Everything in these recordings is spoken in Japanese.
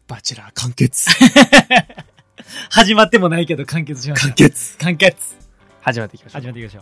バチェラー完結。 始まってもないけど完結しました。完結。 始まっていきましょう。 始まっていきましょう。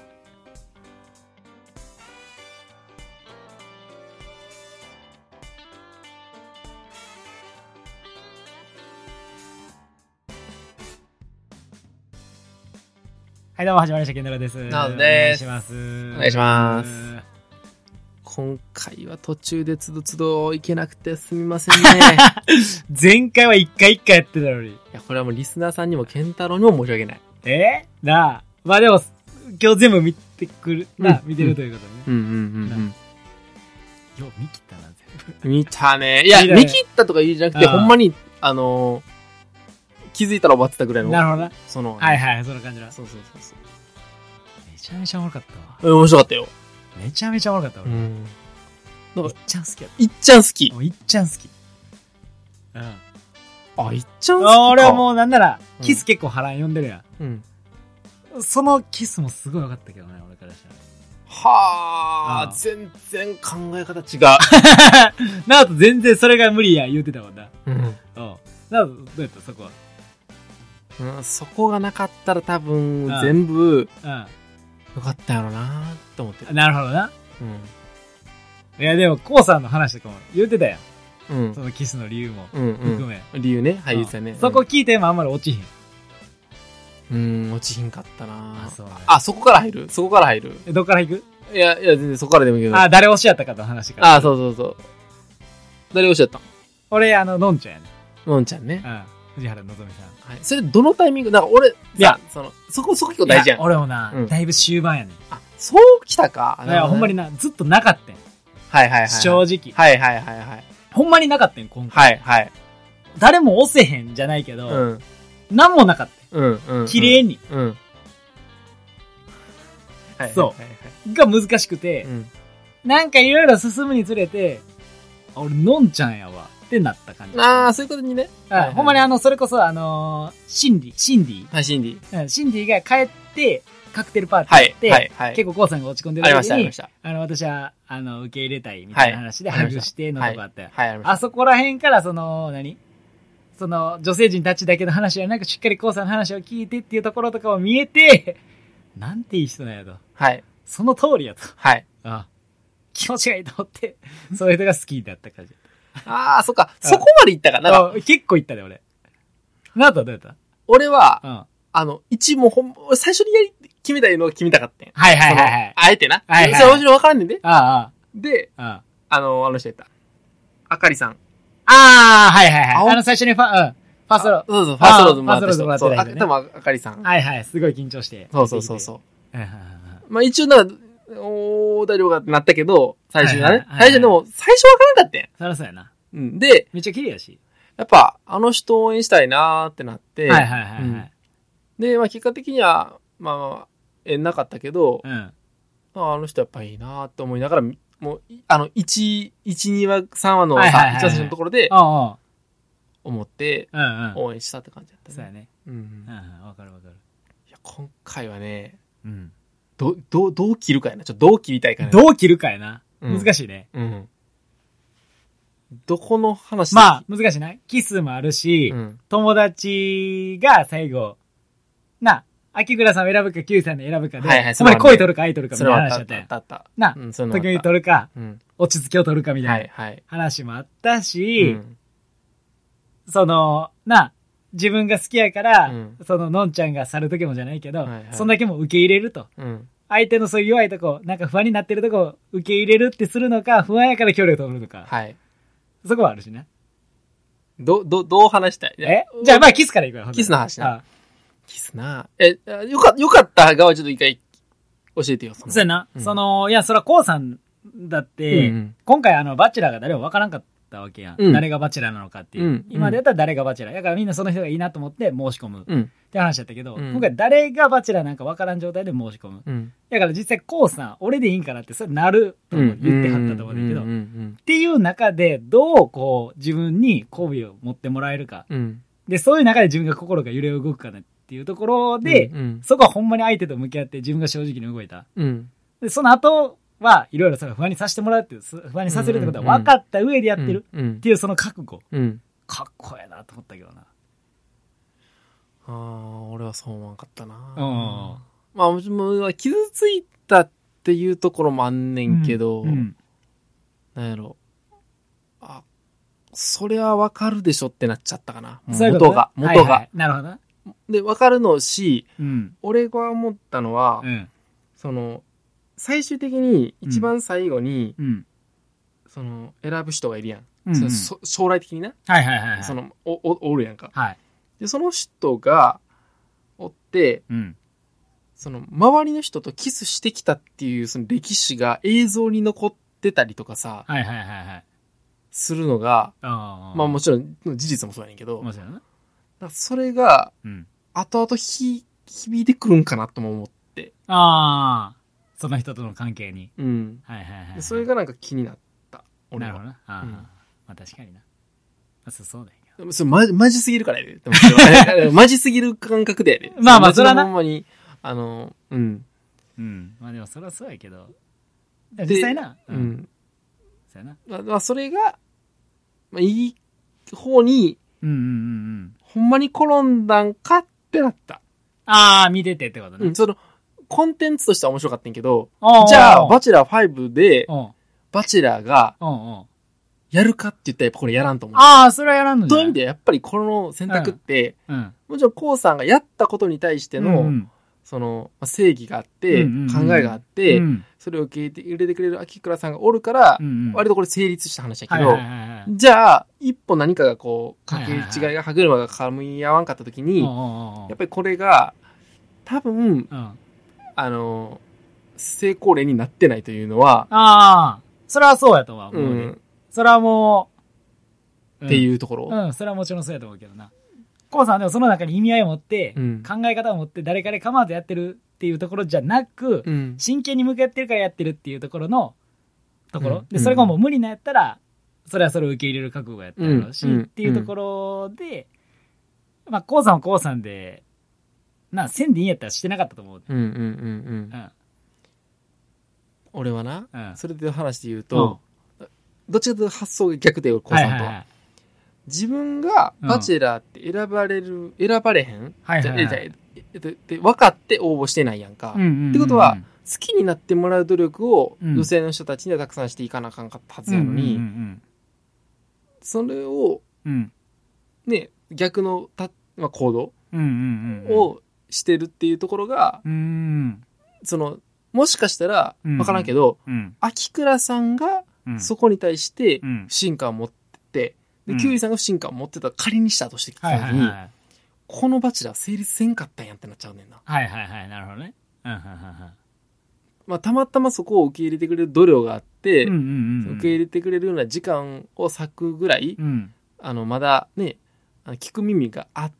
はい、どうも始まりました。ケンドラです。 なおです。 お願いします。 お願いします。今回は途中でつどつど行けなくてすみませんね。 前回は一回やってたのに。 いや、これはもうリスナーさんにもケンタロウにも申し訳ない。 なあ。まあでも、今日全部見てくる、見てるということでね。よう見切ったな、全部。 見たね。いや、見切ったとか言うんじゃなくて、ほんまに、気づいたら終わってたぐらいの。 なるほどな。 その。 はいはい、その感じだ。 そう。 めちゃめちゃおもろかったわ。 面白かったよ。 めちゃめちゃおもろかったわ。 なんか、 いっちゃん好きやった。 いっちゃん好き。 いっちゃん好き。 いっちゃん好きか。 俺はもうなんなら、キス結構波乱読んでるやん。 そのキスもすごい良かったけどね、俺からしたら。 はあ、全然考え方違う。 なおと全然それが無理や言うてたもんな。なおとどうやったそこは。そこがなかったら多分全部よかったやろなと思ってる。 なるほどな。いやでもコウさんの話とかも言うてたやん。そのキスの理由も含め。 理由ね、はい、言ってたね。 そこ聞いてもあんまり落ちひん。 落ちひんかったな。そこから入るどっから行く？ いや、全然そこからでもいいけど。 誰推しやったかの話から。 そう。誰推しやったん？ 俺、のんちゃんやね。 のんちゃんね。 藤原のぞみさん。 はい。それ、どのタイミング俺、いや、そこ結構大事やん。 俺もな、だいぶ終盤やねん。 そう来たか。 いや、ほんまにな、ずっとなかったん。 はい。 正直。 はい。 ほんまになかったん、今回。はい。誰も押せへんじゃないけど、なんもなかった。綺麗に。そう。が難しくて、なんかいろいろ進むにつれて、俺、のんちゃんやわ。ってなった感じ。 そういうことにね。 ほんまにそれこそシンディ。 はい、シンディ。 シンディが帰って、カクテルパーティーやって、結構コウさんが落ち込んでる時に、私は、受け入れたいみたいな話でハグしてのとかあったよ。あそこら辺から、女性陣たちだけの話じゃなく、しっかりコウさんの話を聞いてっていうところとかを見えて、なんていい人なんやと。その通りやと。気持ちがいいと思って、そういう人が好きだった感じ。 そっか。そこまで行ったかな。 結構行ったで、俺。なとどうやった？ 俺は、最初に決めたのを決めたかったん。 はい。 あえてな。それ面白い分からんねんで。で、あの人やった。あかりさん。 はい。最初にファーストロード。そう、ファーストロードもらってた人ね。 多分あかりさん。 はい。すごい緊張して。 そう。まあ一応大丈夫かってなったけど、最初はね。最初分からんかったん。 そりゃそうやな。 で、 めっちゃ綺麗やし。 やっぱ、あの人応援したいなーってなって。で、まあ結果的には、なかったけど、あの人やっぱいいなーって思いながら、もう、1、2話、3話の一番最初のところで、思って、応援したって感じだった。 そうやね。わかる。 いや、今回はね、どう切るかやな。どう切りたいかな。 どう切るかやな。難しいね。 どこの話難しいな。キスもあるし、友達が最後、秋倉さんを選ぶか、Qさんを選ぶかで、つまり恋取るか愛取るかみたいな話だったよ。時々取るか、落ち着きを取るかみたいな話もあったし、自分が好きやから、のんちゃんが去る時もじゃないけど、そんだけも受け入れると。相手のそういう弱いとこ、不安になってるとこ受け入れるってするのか、不安やから距離を取るのか。そこはあるしね。 どう話したい？ じゃあキスからいくわ。 キスの話な。キスな。よかった側ちょっと一回教えてよ。 そうやな。いや、そらコウさんだって、今回バチェラーが誰もわからんかったわけやん。誰がバチェラーなのかっていう。今でやったら誰がバチェラー。だからみんなその人がいいなと思って申し込む。って話だったけど、今回誰がバチェラーなんかわからん状態で申し込む。だから実際コウさん、俺でいいんかなってそれなると言ってはったと思うんだけど、っていう中でどう自分に好意を持ってもらえるか。で、そういう中で自分が心が揺れ動くかなっていうところで、そこはほんまに相手と向き合って自分が正直に動いた。で、その後はいろいろ不安にさせてもらうっていう、不安にさせるってことは分かった上でやってるっていうその覚悟。 かっこええなと思ったけどな。 俺はそう思わんかったな。 まあ、傷ついたっていうところもあんねんけど、なんやろ。それはわかるでしょってなっちゃったかな。元が。はいはい、 なるほど。 で、わかるのし、俺が思ったのは、最終的に一番最後に、選ぶ人がいるやん。将来的にな。おるやんか。で、その人がおって、周りの人とキスしてきたっていうその歴史が映像に残ってたりとかさ、するのが、まあもちろん事実もそうやねんけど、それが、後々響いてくるんかなとも思って。 その人との関係に。 それがなんか気になった。 なるほどな。まあ確かにな。そうだよ。 それマジすぎるからやで。マジすぎる感覚でやで。 まあそれはな。 ほんまに、 まあでもそれはそうやけど。実際な。そうやな。それが、いい方に、ほんまに転んだんかってなった。 見ててってことね。 その、コンテンツとしては面白かったんやけど、じゃあ、バチェラー5で、バチェラーが、やるかって言ったらやっぱこれやらんと思う。 それはやらんのね。という意味でやっぱりこの選択って、もちろんコウさんがやったことに対しての、その、正義があって、考えがあって、それを受け入れてくれる秋倉さんがおるから、割とこれ成立した話やけど、じゃあ、一歩何かがこう、掛け違いが歯車が噛み合わんかった時に、やっぱりこれが、多分、成功例になってないというのは、 それはそうやと思う。それはもう、っていうところ。 それはもちろんそうやと思うけどな。コウさんはでもその中に意味合いを持って、考え方を持って誰かで構わずやってるっていうところじゃなく、真剣に向かってるからやってるっていうところで、それがもう無理なやったら、それはそれを受け入れる覚悟やったろうし、っていうところで、まあ、コウさんはコウさんで、せんでいいんやったらしてなかったと思う。 俺はな、それで話で言うと、どっちかというと発想が逆で、コウさんとは。自分がバチェラーって選ばれへんで分かって応募してないやんか。ってことは、好きになってもらう努力を女性の人たちにはたくさんしていかなあかんかったはずやのに、それを、ね、逆の行動をしてるっていうところが、その、もしかしたら分からんけど、秋倉さんがそこに対して不信感を持ってて、で、キュウリさんが不信感を持ってたら仮にしたとしてきた時に、このバチェラー成立せんかったんやんってなっちゃうねんな。 なるほどね。 まあ、たまたまそこを受け入れてくれる度量があって、受け入れてくれるような時間を割くぐらい、まだね、聞く耳があって、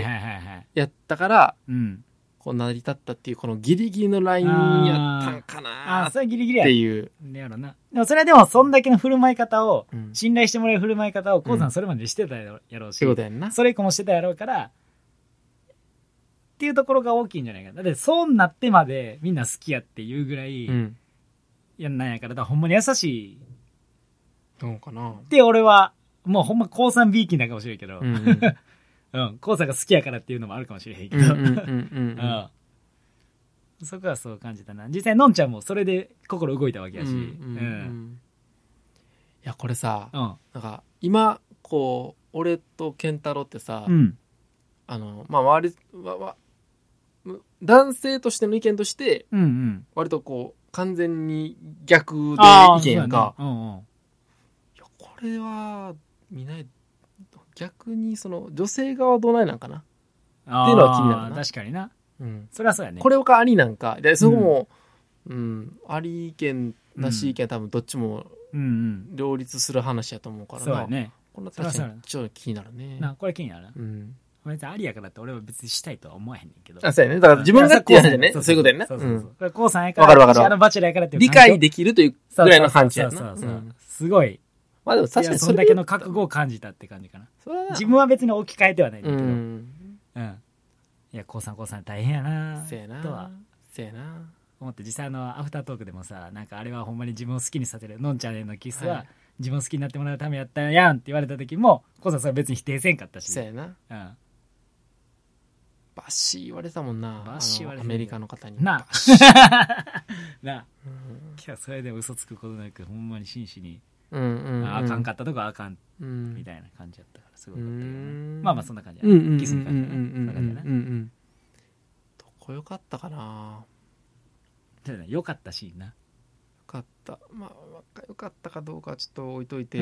やったから、こう成り立ったっていう、このギリギリのラインやったんかなそれギリギリやっていう。 やろな。でもそれはでも、そんだけの振る舞い方を、信頼してもらえる振る舞い方を、コウさんそれまでしてたやろうし、それ以降もしてたやろうから、っていうところが大きいんじゃないかな。だってそうなってまでみんな好きやっていうぐらい、やんなんやから、だからほんまに優しい。 そうかな。 で、俺は、もうほんま高3 B 期なんかもしれんけど、コウさんが好きやからっていうのもあるかもしれへんけど、そこはそう感じたな。実際のんちゃんもそれで心動いたわけやし。いや、これさ、なんか今、こう、俺と健太郎ってさ、まあ、周りは、男性としての意見として、割とこう、完全に逆で意見やんか。いや、これは、見ない、逆にその、女性側はどうないなんかなっていうのは気になるな。 確かにな。それはそうやね。 これがありなんか。で、そこも、あり意見、なし意見多分どっちも、両立する話やと思うからな。 そうやね。 こんな確かにちょっと気になるね。 これ気になるな。別にありやからって俺は別にしたいとは思わへんねんけど。 そうやね。だから自分がっていう話やね。そういうことやね。 そう。これコウさんやから。わかる。バチェラーやからっていう。 理解できるというぐらいの感じやな。 すごい。 まあでも確かにそれだけの覚悟を感じたって感じかな。自分は別に置き換えてはないんだけど。いや、コウさん大変やな。 せやな。 とは。 せやな。 思って実際アフタートークでもさ、なんかあれはほんまに自分を好きにさせる。のんちゃんへのキスは、 自分好きになってもらうためやったやんって言われた時も、コウさんそれ別に否定せんかったし。 そうやな。うん。バッシー言われたもんな。バッシー言われた。アメリカの方に。 なあ。いや、それで嘘つくことなく、ほんまに真摯に、あかんかったとこはあかん、みたいな感じやったから、すごかったよね。まあまあ、そんな感じやな。キスに関してはね。そんな感じやな。 どこよかったかな。 よかったシーンな。よかった。まあ、よかったかどうかはちょっと置いといて、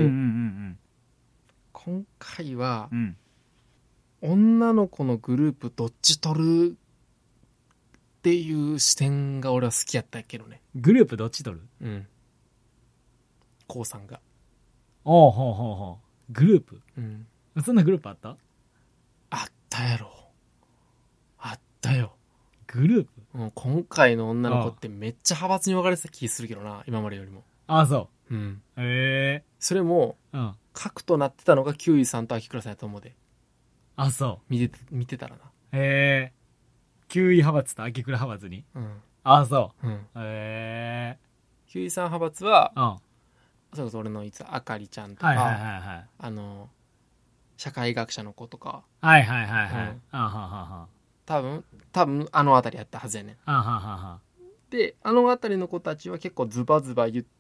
今回は、女の子のグループどっち取るっていう視点が俺は好きやったけどね。 グループどっち取る？ うん。コウさんが。 おうほうほうほう。グループ？ うん。 そんなグループあった？ あったやろ。あったよ。 グループ？ 今回の女の子ってめっちゃ派閥に分かれてた気するけどな、今までよりも。 ああ、そう。 うん。 へえ。 それも、核となってたのがキウイさんと秋倉さんやと思うで。 あ、そう。 見てたらな。 へえ。キウイ派閥と秋倉派閥に？あ、そう。へえ。 キウイさん派閥は、それこそ俺のいつあかりちゃんとか、社会学者の子とか。 はいはいはいはい。あははは。 多分あのあたりやったはずやねん。で、あのあたりの子たちは結構ズバズバ言って、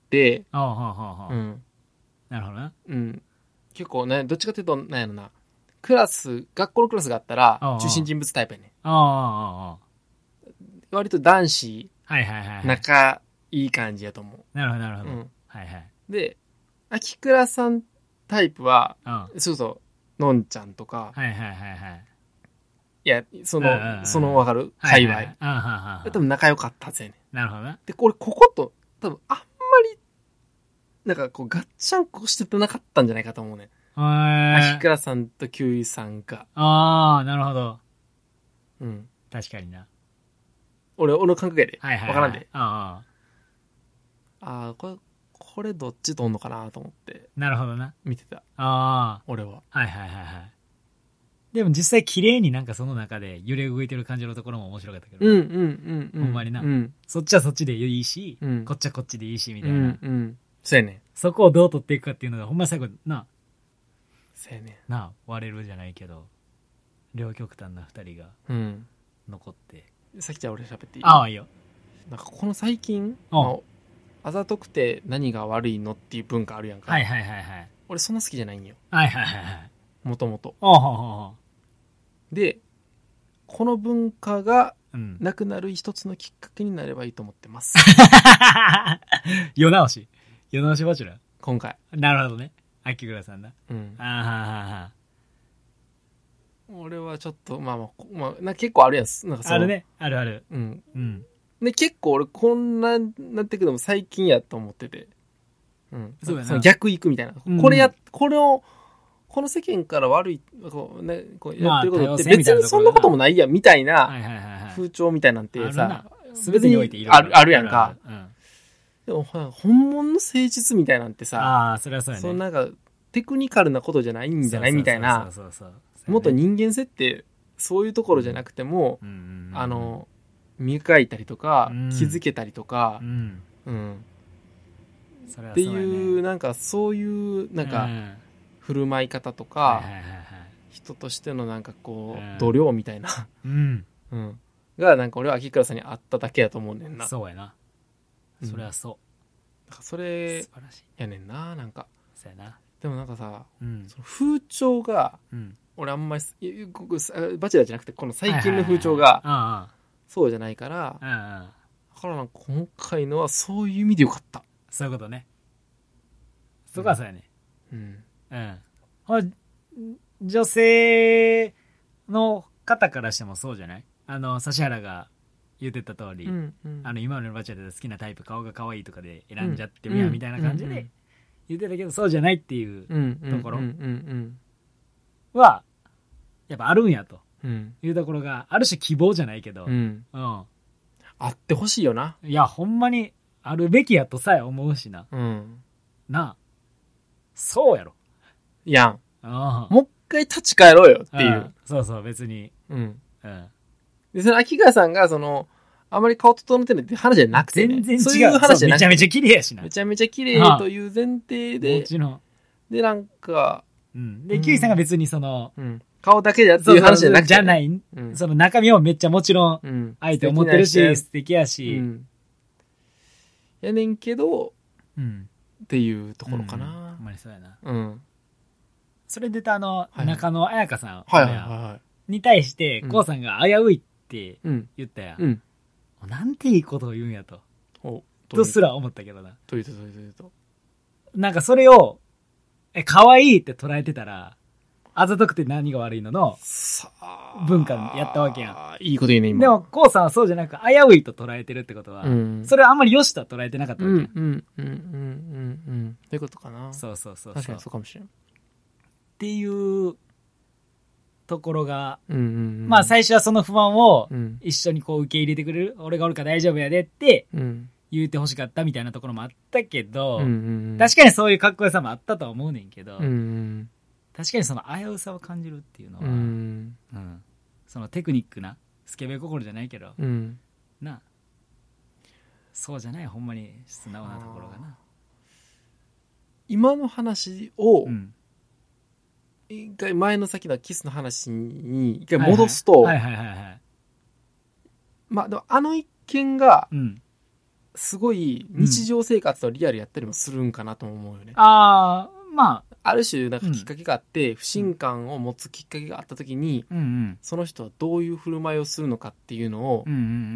なるほどね。 うん。結構ね、どっちかというと、なんやろな、学校のクラスがあったら、中心人物タイプやねん。割と男子、仲いい感じやと思う。 なるほどなるほど。はいはい。 で、秋倉さんタイプは、そうそう、のんちゃんとか、いや、そのわかる界隈。多分仲良かったはずやねん。 なるほどね。 で、ここと多分あんまり、なんかこうガッチャンコしてなかったんじゃないかと思うね。秋倉さんとキウイさんが。 ああ、なるほど。 うん。 確かにな。 俺の感覚やで。わからんで。 ああ、これどっちとんのかなと思って。 なるほどな。 見てた。 ああ。 俺は。 はいはいはいはい。でも実際綺麗になんかその中で揺れ動いてる感じのところも面白かったけど。ほんまにな。そっちはそっちでいいし、こっちはこっちでいいし、みたいな。 そうやねん。 そこをどう取っていくかっていうのがほんま最後な。 そうやねん。な、割れるじゃないけど、両極端な二人が残って。 さっきじゃあ俺喋っていい？ ああ、いいよ。 なんかこの最近、あざとくて何が悪いのっていう文化あるやんか。 はいはいはいはい。 俺そんな好きじゃないんよ。 はいはいはいはい。 もともと。で、この文化がなくなる一つのきっかけになればいいと思ってます。 世直しバチュラー今回。 なるほどね。秋倉さんだ。 俺はちょっと、結構あるやん。なんかあるね。あるある。 で、結構俺こんななってくるのも最近やと思ってて。 そうやな。 その逆行くみたいな。この世間から悪い、こうね、こうやってることって別にそんなこともないやん、みたいな風潮みたいなんてさ、 別においている。 あるやんか。でも、本物の誠実みたいなんてさ、 それはそうやね。 そのなんか、テクニカルなことじゃないんじゃないみたいな。もっと人間性って、そういうところじゃなくても、磨いたりとか、気づけたりとか、っていう、なんかそういう、なんか、振る舞い方とか、人としてのなんかこう、度量みたいな、がなんか俺は秋倉さんにあっただけやと思うねんな。 そうやな。それはそう。 だからそれ、やねんな、なんか。 そうやな。 でもなんかさ、その風潮が、俺あんまり、バチェラーじゃなくて、この最近の風潮が、そうじゃないから、だからなんか今回のはそういう意味でよかった。 そういうことね。そこはそうやね。女性の方からしてもそうじゃない？指原が言ってた通り、今までのバチェラーで好きなタイプ、顔が可愛いとかで選んじゃってみや、みたいな感じで言ってたけど、そうじゃないっていうところは、やっぱあるんやというところが、ある種希望じゃないけど、 あってほしいよな。 いや、ほんまにあるべきやとさえ思うしな。なあ。そうやろ。 やん。もう一回立ち返ろうよっていう。 そうそう、別に。 で、その秋川さんが、 あまり顔整ってないって話じゃなくて、ね、 全然違う。 そういう話じゃなくて。 めちゃめちゃ綺麗やしな。 めちゃめちゃ綺麗という前提で。 もちろん。 で、なんか、 うん。で、キュウイさんが別にその、 うん、顔だけでやっていう話じゃなくて、 じゃない、うん、その中身をめっちゃもちろん、相手思ってるし、素敵やし。 やねんけど、 うん。 っていうところかな。 ほんまにそうやな。 うん。 それで中野彩香さん。 はいはいはい。 に対して、コウさんが危ういって言ったや。なんていいことを言うんやと。とすら思ったけどな。 というと。 なんかそれを、可愛いって捉えてたら、あざとくて何が悪いのの、文化やったわけやん。いいこと言うね、今。 でも、コウさんはそうじゃなく、危ういと捉えてるってことは、それはあんまり良しとは捉えてなかったわけやん。 そういうことかな。 そう。 確かにそうかもしれん。 っていうところが、まあ最初はその不安を一緒にこう受け入れてくれる、俺がおるから大丈夫やでって言ってほしかったみたいなところもあったけど、確かにそういうかっこよさもあったとは思うねんけど、確かにその危うさを感じるっていうのは、そのテクニックなスケベ心じゃないけど、なそうじゃないほんまに素直なところがな。 今の話を、一回前の先のキスの話に一回戻すと、まあでもあの一件がすごい日常生活とリアルやったりもするんかなと思うよね。 まあある種なんかきっかけがあって、不信感を持つきっかけがあった時に、その人はどういう振る舞いをするのかっていうのを、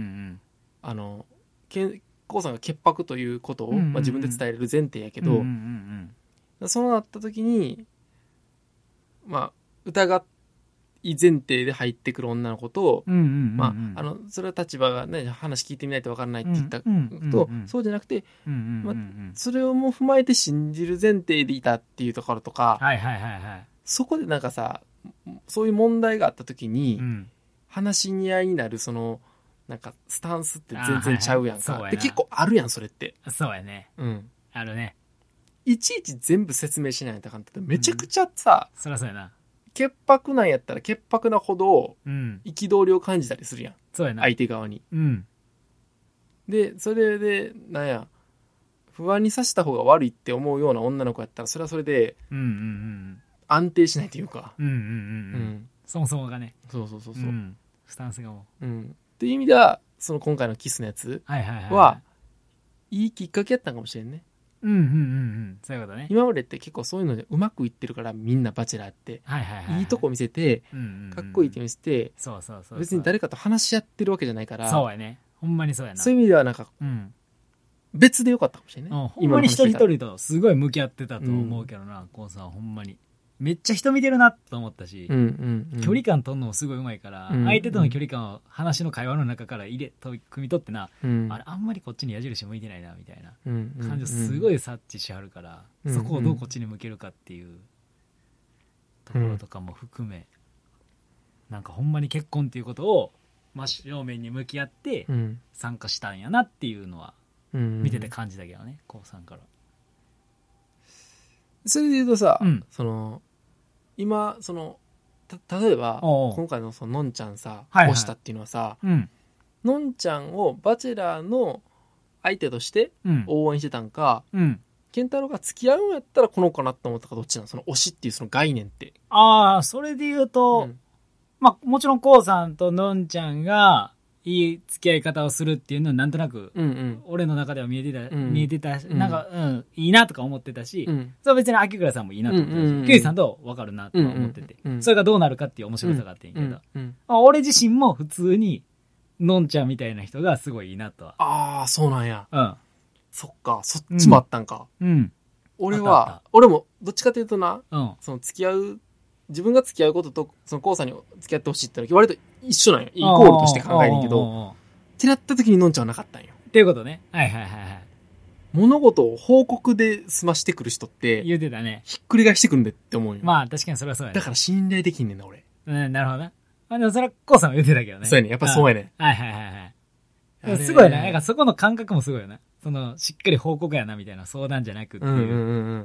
コウさんが潔白ということを、自分で伝える前提やけど、そうなった時にまあ疑い前提で入ってくる女の子と、それは立場がね話聞いてみないと分からないって言ったと、そうじゃなくて、それをも踏まえて信じる前提でいたっていうところとか、そこでなんかさ、そういう問題があった時に、話し合いになるそのなんかスタンスって全然ちゃうやんか。で結構あるやんそれって。 そうやね。あるね。 いちいち全部説明しないとあかんってめちゃくちゃさ、 そりゃそうやな。 潔白なんやったら潔白なほど憤りを感じたりするやん。 そうやな。 相手側に。でそれでなんや不安にさせた方が悪いって思うような女の子やったらそれはそれで安定しないというか。そもそもがね。 そう。 スタンスがもう。っていう意味ではその今回のキスのやつはいいきっかけやったんかもしれんね。 そういうことね。 今までって結構そういうのでうまくいってるからみんなバチェラーっていいとこ見せてかっこいいって見せて別に誰かと話し合ってるわけじゃないから。 そうやね。ほんまにそうやな。 そういう意味ではなんか別でよかったかもしれないね。 ほんまに一人一人とすごい向き合ってたと思うけどな、コウさんほんまにめっちゃ人見てるなと思ったし、距離感取るのもすごいうまいから、相手との距離感を話の会話の中から汲み取ってな、あれあんまりこっちに矢印向いてないなみたいな感じをすごい察知しはるから、そこをどうこっちに向けるかっていうところとかも含め、なんかほんまに結婚っていうことを真正面に向き合って参加したんやなっていうのは見てて感じたけどね、コウさんから。 それで言うとさ、その今その例えば今回のそののんちゃんさ押したっていうのはさ、のんちゃんをバチェラーの相手として応援してたんか、健太郎が付き合うんやったらこの子かなと思ったかどっちなの、その推しっていうその概念って。 それで言うと、まあもちろんこうさんとのんちゃんがいい付き合い方をするっていうのはなんとなく俺の中では見えてた、なんかいいなとか思ってたし、それは別に秋倉さんもいいなと思ってたし、キュウイさんと分かるなとか思ってて、それがどうなるかっていう面白さがあってんけど、俺自身も普通にのんちゃんみたいな人がすごいいいなとは。 そうなんや。そっか、そっちもあったんか。俺もどっちかというとな、その付き合う自分が付き合うこととそのコウさんに付き合ってほしいってのは割と一緒なんよ。イコールとして考えるけど、ってなった時にのんちゃんはなかったんよ。 っていうことね。 物事を報告で済ましてくる人って言うてたね。 ひっくり返してくるんでって思うよ。 まあ確かにそれはそうやね。 だから信頼できんねんな俺。 なるほどな。でもそれはコウさんも言うてたけどね。 そうやね。やっぱそうやね。 すごいな。なんかそこの感覚もすごいよな。そのしっかり報告やなみたいな相談じゃなくっていう。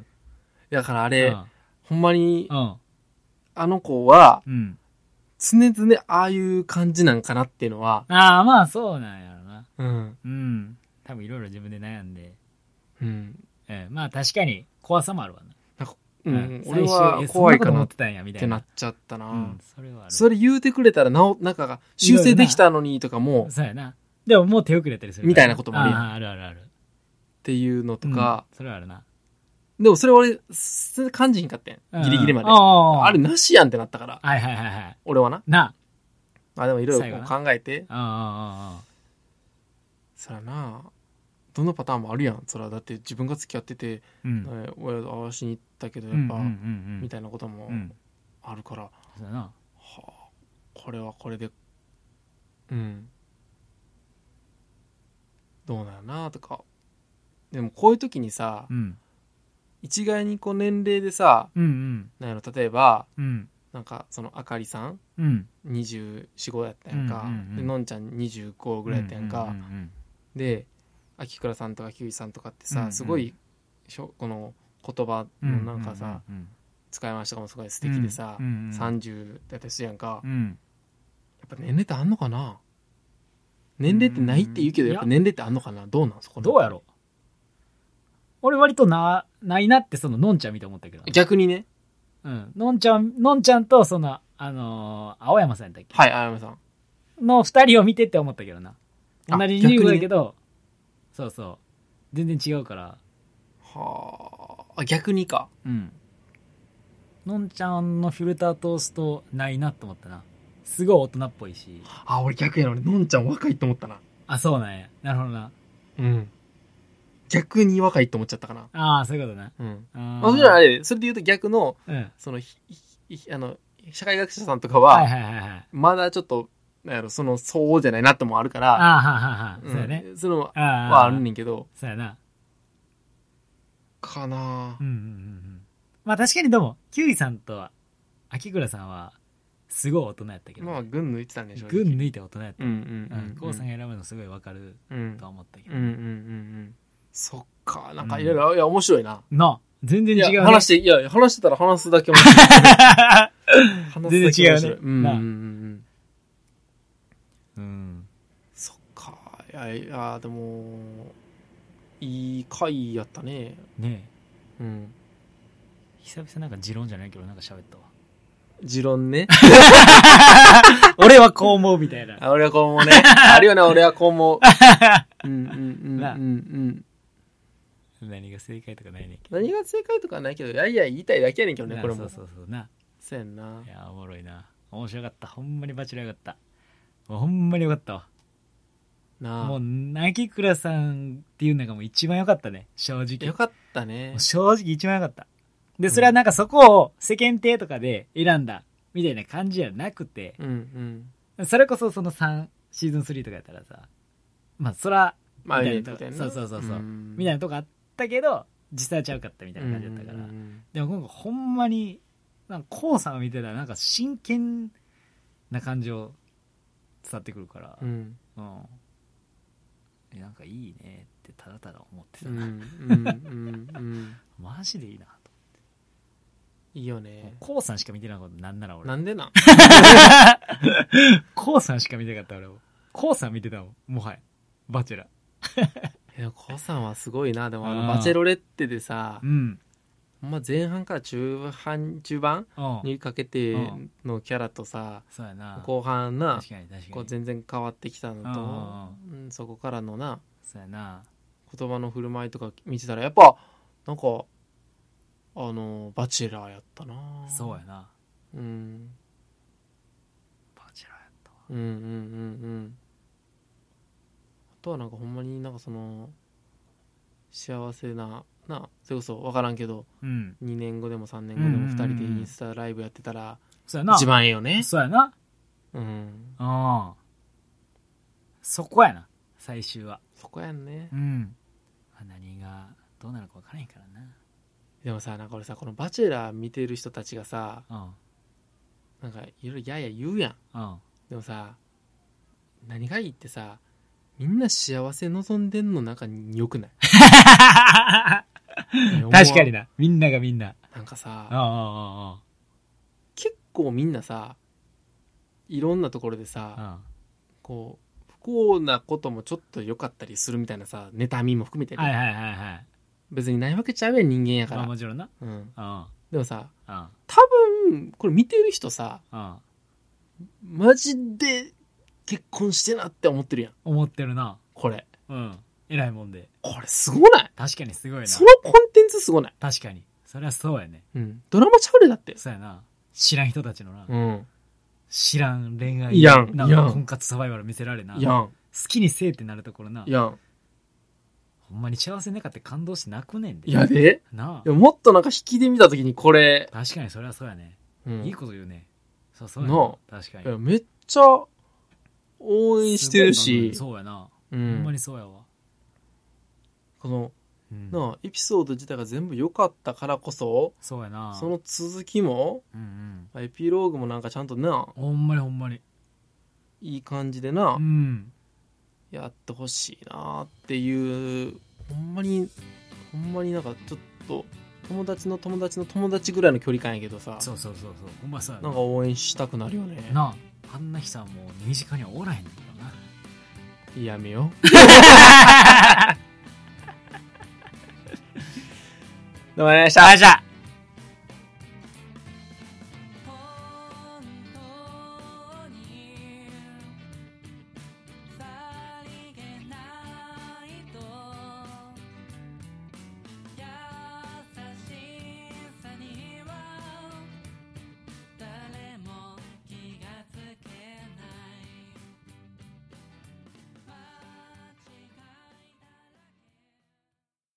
だからあれほんまに。あの子は、 常々ああいう感じなんかなっていうのは。 ああ、まあそうなんやろな。 うん。 うん。多分いろいろ自分で悩んで。 うん。 まあ確かに怖さもあるわな。 なんか、俺は怖いかなってなっちゃったな。うん、 それはある。 それ言うてくれたらなんか修正できたのにとかも。 そうやな。でももう手遅れたりする。 みたいなこともあるやん。 あるあるある。 っていうのとか。 それはあるな。 でもそれ俺、感じひんかってん。ギリギリまで。あれなしやんってなったから。 はいはいはいはい。 俺はな。 なあ。でもいろいろ考えて。そらな。どのパターンもあるやん。そらだって自分が付き合ってて、親と合わしに行ったけど、やっぱ、みたいなこともあるから。 そうやな。 これはこれで、うん。どうなるなとか。でもこういう時にさ、一概にこう年齢でさ、なんやろ、例えば、なんかそのあかりさん、24、5やったやんか、でのんちゃん25ぐらいやったやんか、で秋倉さんとかキウイさんとかってさ、すごいこの言葉のなんかさ、使い回しとかもすごい素敵でさ、30だったりするやんか、やっぱ年齢ってあんのかな。年齢ってないって言うけど、やっぱ年齢ってあんのかな。どうなんそこ。 どうやろ。俺割とないなってそののんちゃん見て思ったけど。 逆にね。 のんちゃんとその青山さんやったっけ。 はい、青山さんの2人を見てって思ったけどな。同じ25だけど、そうそう全然違うから。 はあ、逆にか。 のんちゃんのフィルター通すとないなって思ったな。すごい大人っぽいし。 俺逆やのにのんちゃん若いと思ったな。 そうなんや。なるほどな。 逆に若いと思っちゃったかな。 そういうことね。 もちろんあれ、それで言うと逆の、その、社会学者さんとかは、まだちょっと、なんやろ、そうじゃないなってもあるから、 そうやね。 そのはあるねんけど。 そうやな。 かな。 まあ確かにでも、キウイさんと秋倉さんは、すごい大人やったけど。 まあ、群抜いてたんでしょ。 群抜いて大人やった。コウさんが選ぶのすごいわかると思ったけど。 そっか、なんかいろいろ、いや、面白いな。 全然違うね。 話してたら話すだけ面白い。全然違うね。 そっか。いや、でも、いい回やったね。 ねえ。久々なんか持論じゃないけど、なんか喋ったわ。 持論ね。 俺はこう思うみたいな。 俺はこう思うね。あるよね、俺はこう思う。 何が正解とかないねんけど。何が正解とかないけど、いやいや言いたいだけやねんけどね、これも。 そうな。 そうやんな。 いや、おもろいな。面白かった。ほんまにバチェラーよかった。ほんまによかったわ。もう、泣倉さんっていうのがもう一番よかったね、正直。 よかったね。 正直一番よかった。で、それはなんかそこを世間体とかで選んだみたいな感じじゃなくて、それこそそのシーズン3とかやったらさ、まあそら、みたいなとこ、そうみたいなとこあったけど、実際はちゃうかったみたいな感じだったから。でも今回ほんまに、なんかコウさんを見てたらなんか真剣な感情伝わってくるから、なんかいいねってただただ思ってたな。マジでいいな。 いいよね。 コウさんしか見てなかった。なんなら俺。 なんでなコウさんしか見てなかった俺。コウさん見てたもん。もはや。バチェラー。コウさんはすごいな。でもバチェロレッテでさ、ほんま前半から中盤にかけてのキャラとさ、後半な、こう全然変わってきたのと、そこからのな、言葉の振る舞いとか見てたら、やっぱ、なんか、バチェラーやったな。 そうやな。バチェラーやったわ。あとはなんかほんまになんかその幸せなそれこそ分からんけど、2年後でも3年後でも2人でインスタライブやってたら一番ええよね。 そうやな。そこやな、最終は。 そこやんね。 何がどうなるか分からへんからな。 でもさ、なんか俺さ、このバチェラー見てる人たちがさ、なんかいろいろやや言うやん。でもさ、何がいいってさ、みんな幸せ望んでんの中に良くない？ 確かにな。みんながみんな。 なんかさ、結構みんなさ、 いろんなところでさ、こう不幸なこともちょっと良かったりするみたいなさ、妬みも含めてね、 はいはいはいはい、 別にないわけちゃうやん、人間やから。 もちろんな。 でもさ、多分これ見てる人さ、マジで結婚してなって思ってるやん。 思ってるな。 これ。 偉いもんで。 これすごない？ 確かにすごいな。 そのコンテンツすごない？ 確かに。それはそうやね。 ドラマちゃうでだって。 そうやな。知らん人たちのな。知らん恋愛。 なんか婚活サバイバル見せられな。 好きにせえってなるところな。 ほんまに幸せねかって感動して泣くねんで。 いやでなあ。 もっとなんか引きで見たときにこれ。 確かにそれはそうやね。いいこと言うね。そうやな。 確かに。 めっちゃ応援してるし。 そうやな。ほんまにそうやわ。 この、なあ、エピソード自体が全部良かったからこそ、 そうやな。 その続きも、エピローグもなんかちゃんとな、 ほんまにいい感じでな、やってほしいなっていう、ほんまになんかちょっと友達の友達の友達ぐらいの距離感やけどさ、 そうほんまさ、 なんか応援したくなるよね。 なあ、あんな人はもう身近にはおらへんのだな。 やめよどうもありがとうございました。